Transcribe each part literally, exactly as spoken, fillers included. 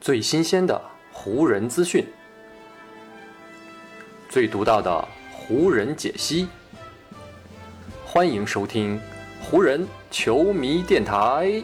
最新鲜的湖人资讯，最独到的湖人解析。欢迎收听湖人球迷电台。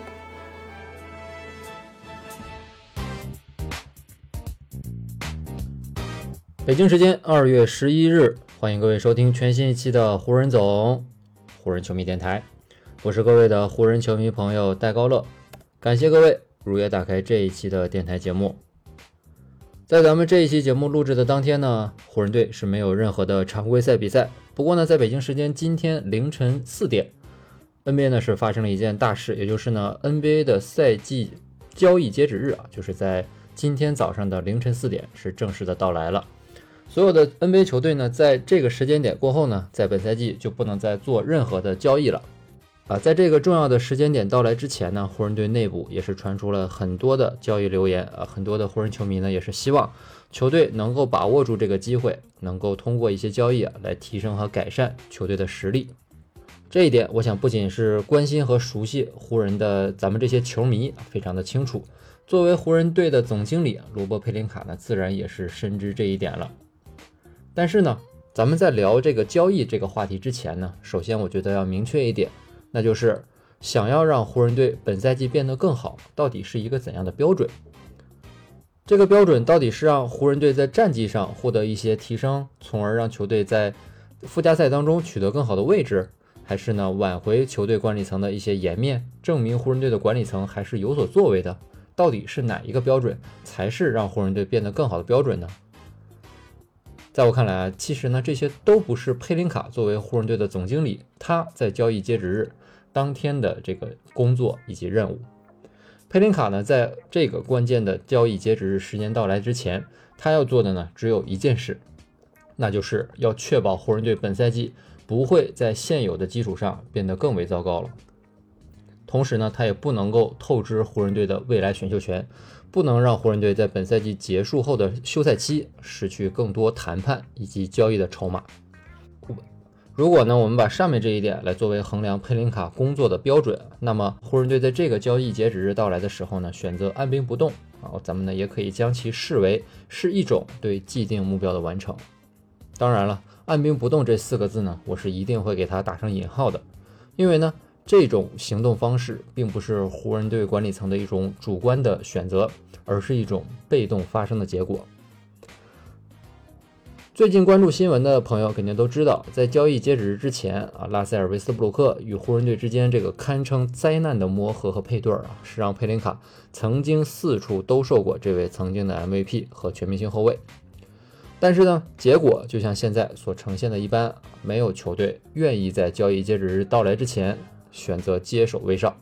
北京时间二月十一日，欢迎各位收听全新一期的湖人总湖人球迷电台，我是各位的湖人球迷朋友戴高乐，感谢各位如约打开这一期的电台节目。在咱们这一期节目录制的当天呢，湖人队是没有任何的常规赛比赛。不过呢，在北京时间今天凌晨四点 ，N B A 呢是发生了一件大事，也就是呢 N B A 的赛季交易截止日啊，就是在今天早上的凌晨四点是正式的到来了。所有的 N B A 球队呢，在这个时间点过后呢，在本赛季就不能再做任何的交易了。啊，在这个重要的时间点到来之前呢，湖人队内部也是传出了很多的交易流言啊，很多的湖人球迷呢也是希望球队能够把握住这个机会，能够通过一些交易啊来提升和改善球队的实力。这一点，我想不仅是关心和熟悉湖人的咱们这些球迷非常的清楚，作为湖人队的总经理罗伯·佩林卡呢，自然也是深知这一点了。但是呢，咱们在聊这个交易这个话题之前呢，首先我觉得要明确一点，那就是想要让湖人队本赛季变得更好，到底是一个怎样的标准？这个标准到底是让湖人队在战绩上获得一些提升，从而让球队在附加赛当中取得更好的位置，还是呢挽回球队管理层的一些颜面，证明湖人队的管理层还是有所作为的？到底是哪一个标准才是让湖人队变得更好的标准呢？在我看来啊，其实呢，这些都不是佩林卡作为湖人队的总经理，他在交易截止日当天的这个工作以及任务。佩林卡呢，在这个关键的交易截止日时间到来之前，他要做的呢，只有一件事，那就是要确保湖人队本赛季不会在现有的基础上变得更为糟糕了。同时呢，他也不能够透支湖人队的未来选秀权，不能让湖人队在本赛季结束后的休赛期失去更多谈判以及交易的筹码。如果呢，我们把上面这一点来作为衡量佩林卡工作的标准，那么湖人队在这个交易截止日到来的时候呢，选择按兵不动啊，咱们呢也可以将其视为是一种对既定目标的完成。当然了，按兵不动这四个字呢，我是一定会给它打上引号的，因为呢，这种行动方式并不是湖人队管理层的一种主观的选择，而是一种被动发生的结果。最近关注新闻的朋友肯定都知道，在交易截止日之前啊，拉塞尔·韦斯布鲁克与湖人队之间这个堪称灾难的磨合和配对啊，是让佩林卡曾经四处兜售过这位曾经的 M V P 和全明星后卫。但是呢，结果就像现在所呈现的一般，没有球队愿意在交易截止日到来之前选择接手威少。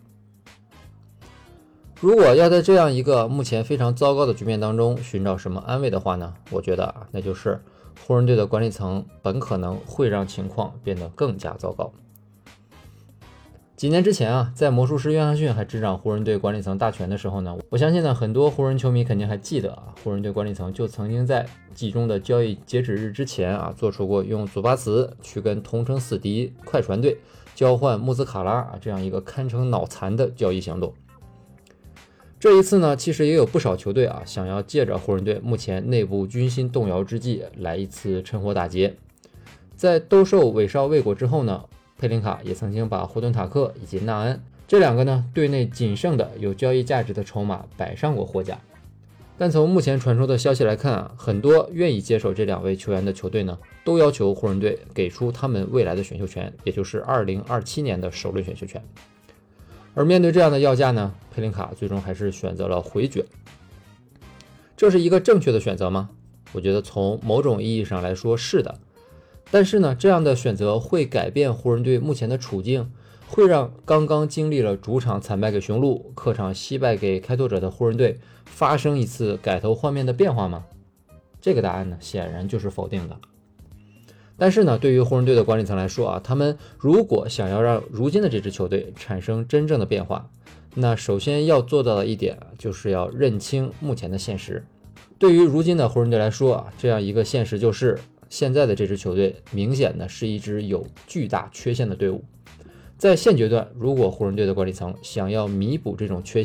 如果要在这样一个目前非常糟糕的局面当中寻找什么安慰的话呢，我觉得啊，那就是湖人队的管理层本可能会让情况变得更加糟糕。几年之前啊，在魔术师约翰逊还执掌湖人队管理层大权的时候呢，我相信呢，很多湖人球迷肯定还记得啊，湖人队管理层就曾经在季中的交易截止日之前啊，做出过用祖巴茨去跟同城死敌快船队交换穆斯卡拉啊这样一个堪称脑残的交易行动。这一次呢，其实也有不少球队啊，想要借着湖人队目前内部军心动摇之际来一次趁火打劫。在兜售韦少未果之后呢，佩林卡也曾经把霍顿塔克以及纳恩这两个呢队内仅剩的有交易价值的筹码摆上过货架。但从目前传出的消息来看啊，很多愿意接手这两位球员的球队呢，都要求湖人队给出他们未来的选秀权，也就是二零二七年的首轮选秀权。而面对这样的要价呢，佩林卡最终还是选择了回绝。这是一个正确的选择吗？我觉得从某种意义上来说是的。但是呢，这样的选择会改变湖人队目前的处境，会让刚刚经历了主场惨败给雄鹿、客场惜败给开拓者的湖人队发生一次改头换面的变化吗？这个答案呢，显然就是否定的。但是呢，对于湖人队的管理层来说啊，他们如果想要让如今的这支球队产生真正的变化，那首先要做到的一点就是要认清目前的现实。对于如今的湖人队来说啊，这样一个现实就是现在的这支球队明显的是一支有巨大缺陷的队伍。在现阶段，如果湖人队的管理层想要弥补这种缺陷，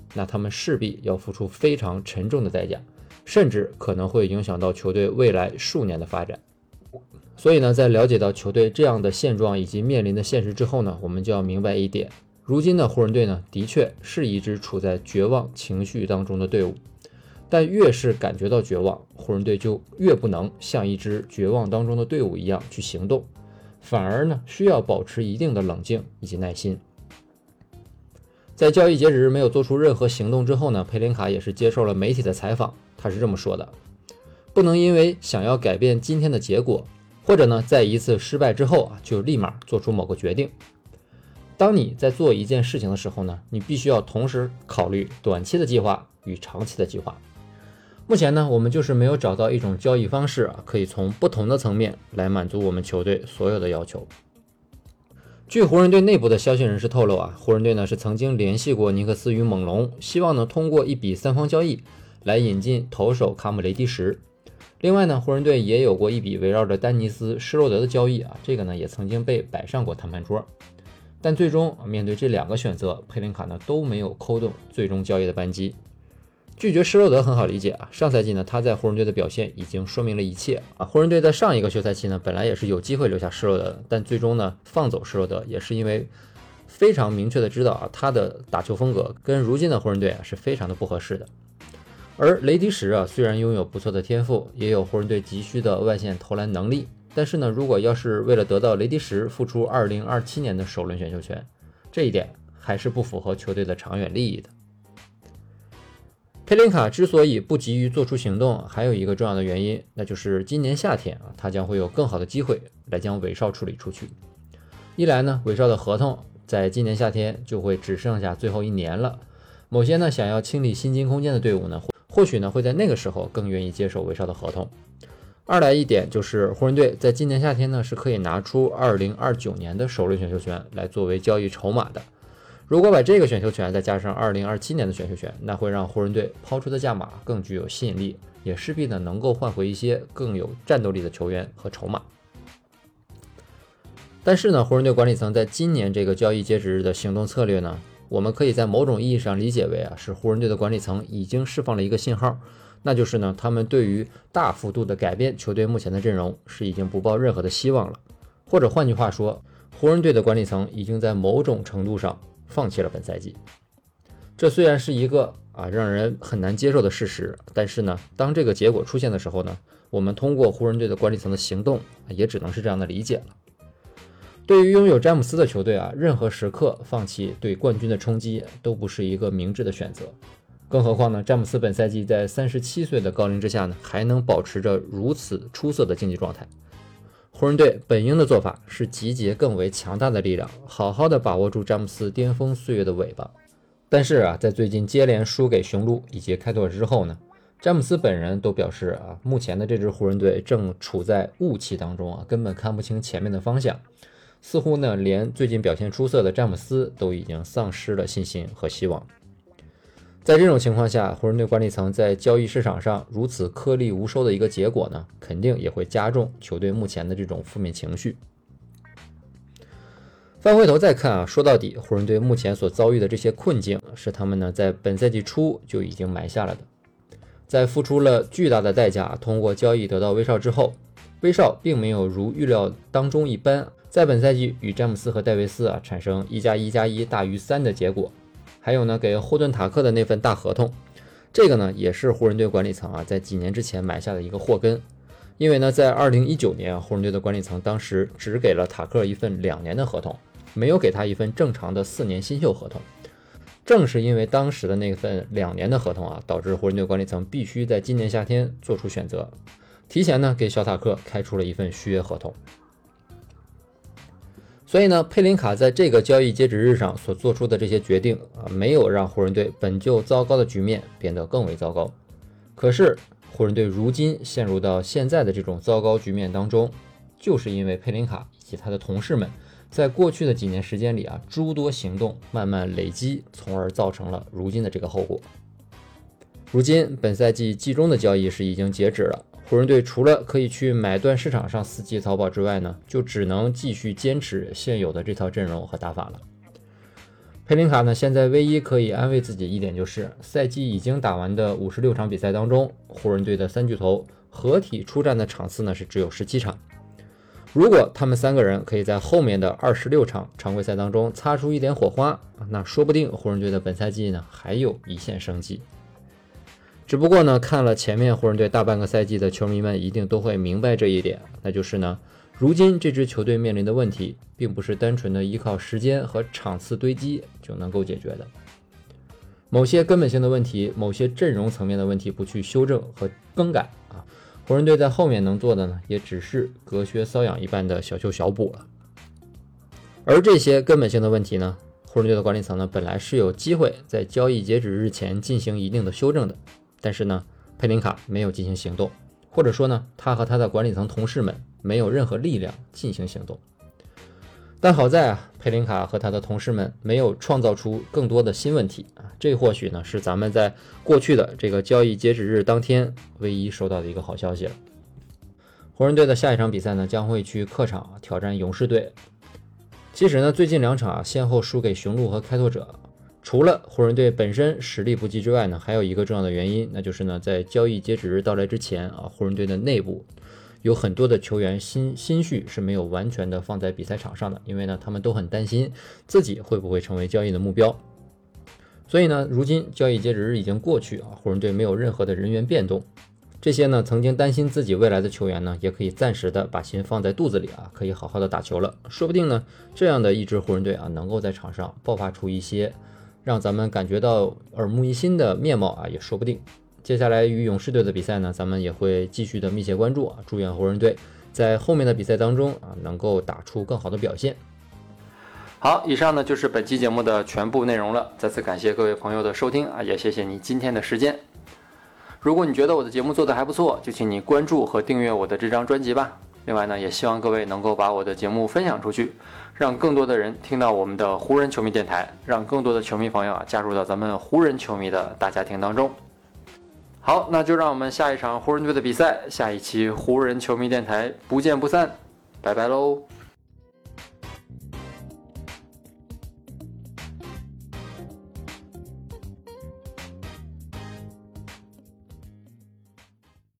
那他们势必要付出非常沉重的代价，甚至可能会影响到球队未来数年的发展。所以呢，在了解到球队这样的现状以及面临的现实之后呢，我们就要明白一点，如今的湖人队呢，的确是一支处在绝望情绪当中的队伍，但越是感觉到绝望，湖人队就越不能像一支绝望当中的队伍一样去行动，反而呢，需要保持一定的冷静以及耐心。在交易截止日没有做出任何行动之后呢，佩林卡也是接受了媒体的采访，他是这么说的：不能因为想要改变今天的结果，或者呢，在一次失败之后啊，就立马做出某个决定。当你在做一件事情的时候呢，你必须要同时考虑短期的计划与长期的计划。目前呢，我们就是没有找到一种交易方式啊，可以从不同的层面来满足我们球队所有的要求。据湖人队内部的消息人士透露啊，湖人队呢是曾经联系过尼克斯与猛龙，希望呢通过一笔三方交易来引进投手卡姆雷迪什。另外呢，湖人队也有过一笔围绕着丹尼斯施罗德的交易啊，这个呢也曾经被摆上过谈判桌。但最终面对这两个选择，佩林卡呢都没有扣动最终交易的扳机。拒绝施罗德很好理解啊，上赛季呢他在湖人队的表现已经说明了一切啊。湖人队在上一个休赛期呢本来也是有机会留下施罗德的，但最终呢放走施罗德也是因为非常明确的知道啊他的打球风格跟如今的湖人队啊是非常的不合适的。而雷迪什啊虽然拥有不错的天赋，也有湖人队急需的外线投篮能力，但是呢如果要是为了得到雷迪什付出二零二七年的首轮选秀权，这一点还是不符合球队的长远利益的。佩林卡之所以不急于做出行动，还有一个重要的原因，那就是今年夏天啊，他将会有更好的机会来将韦少处理出去。一来呢，韦少的合同在今年夏天就会只剩下最后一年了，某些呢想要清理薪金空间的队伍呢，或许呢会在那个时候更愿意接受韦少的合同。二来一点就是湖人队在今年夏天呢是可以拿出二零二九年的首轮选秀权来作为交易筹码的。如果把这个选秀权再加上二零二七年的选秀权，那会让湖人队抛出的价码更具有吸引力，也势必呢能够换回一些更有战斗力的球员和筹码。但是呢，湖人队管理层在今年这个交易截止日的行动策略呢，我们可以在某种意义上理解为啊，是湖人队的管理层已经释放了一个信号，那就是呢，他们对于大幅度的改变球队目前的阵容是已经不抱任何的希望了，或者换句话说，湖人队的管理层已经在某种程度上放弃了本赛季。这虽然是一个啊让人很难接受的事实，但是呢，当这个结果出现的时候呢，我们通过湖人队的管理层的行动，也只能是这样的理解了。对于拥有詹姆斯的球队啊，任何时刻放弃对冠军的冲击都不是一个明智的选择。更何况呢，詹姆斯本赛季在三十七岁的高龄之下呢，还能保持着如此出色的竞技状态。湖人队本应的做法是集结更为强大的力量，好好的把握住詹姆斯巅峰岁月的尾巴。但是啊，在最近接连输给雄鹿以及开拓者之后呢，詹姆斯本人都表示啊，目前的这支湖人队正处在雾气当中啊，根本看不清前面的方向。似乎呢，连最近表现出色的詹姆斯都已经丧失了信心和希望。在这种情况下，湖人队管理层在交易市场上如此颗粒无收的一个结果呢，肯定也会加重球队目前的这种负面情绪。翻回头再看啊，说到底，湖人队目前所遭遇的这些困境，是他们呢在本赛季初就已经埋下了的。在付出了巨大的代价，通过交易得到威少之后，威少并没有如预料当中一般，在本赛季与詹姆斯和戴维斯啊产生一加一加一大于三的结果。还有呢，给霍顿塔克的那份大合同，这个呢也是湖人队管理层啊在几年之前埋下的一个祸根。因为呢，在二零一九年，湖人队的管理层当时只给了塔克一份两年的合同，没有给他一份正常的四年新秀合同。正是因为当时的那份两年的合同啊，导致湖人队管理层必须在今年夏天做出选择，提前呢给小塔克开出了一份续约合同。所以呢，佩林卡在这个交易截止日上所做出的这些决定啊，没有让湖人队本就糟糕的局面变得更为糟糕。可是湖人队如今陷入到现在的这种糟糕局面当中，就是因为佩林卡以及他的同事们在过去的几年时间里啊，诸多行动慢慢累积，从而造成了如今的这个后果。如今本赛季季中的交易是已经截止了，湖人队除了可以去买断市场上伺机淘宝之外呢，就只能继续坚持现有的这套阵容和打法了。 佩林卡呢，现在唯一可以安慰自己一点就是，赛季已经打完的五十六场比赛当中，湖人队的三巨头合体出战的场次呢是只有十七场。如果他们三个人可以在后面的二十六场常规赛当中擦出一点火花，那说不定湖人队的本赛季呢还有一线生机。只不过呢，看了前面湖人队大半个赛季的球迷们一定都会明白这一点，那就是呢，如今这支球队面临的问题，并不是单纯的依靠时间和场次堆积就能够解决的。某些根本性的问题，某些阵容层面的问题不去修正和更改啊，湖人队在后面能做的呢，也只是隔靴搔痒一般的小修小补了。而这些根本性的问题呢，湖人队的管理层呢，本来是有机会在交易截止日前进行一定的修正的，但是呢，佩林卡没有进行行动，或者说呢，他和他的管理层同事们没有任何力量进行行动。但好在啊，佩林卡和他的同事们没有创造出更多的新问题啊，这或许呢是咱们在过去的这个交易截止日当天唯一收到的一个好消息了。湖人队的下一场比赛呢，将会去客场挑战勇士队。其实呢，最近两场啊，先后输给雄鹿和开拓者，除了湖人队本身实力不济之外呢，还有一个重要的原因，那就是呢，在交易截止日到来之前啊，湖人队的内部有很多的球员心心绪是没有完全的放在比赛场上的，因为呢，他们都很担心自己会不会成为交易的目标。所以呢，如今交易截止日已经过去啊，湖人队没有任何的人员变动。这些呢，曾经担心自己未来的球员呢，也可以暂时的把心放在肚子里啊，可以好好的打球了。说不定呢，这样的一支湖人队啊，能够在场上爆发出一些让咱们感觉到耳目一新的面貌啊，也说不定。接下来与勇士队的比赛呢，咱们也会继续的密切关注啊，祝愿湖人队在后面的比赛当中啊，能够打出更好的表现。 好，以上呢就是本期节目的全部内容了。再次感谢各位朋友的收听啊，也谢谢你今天的时间。如果你觉得我的节目做得还不错，就请你关注和订阅我的这张专辑吧。另外呢，也希望各位能够把我的节目分享出去，让更多的人听到我们的湖人球迷电台，让更多的球迷朋友啊加入到咱们湖人球迷的大家庭当中。好，那就让我们下一场湖人队的比赛，下一期湖人球迷电台不见不散，拜拜喽。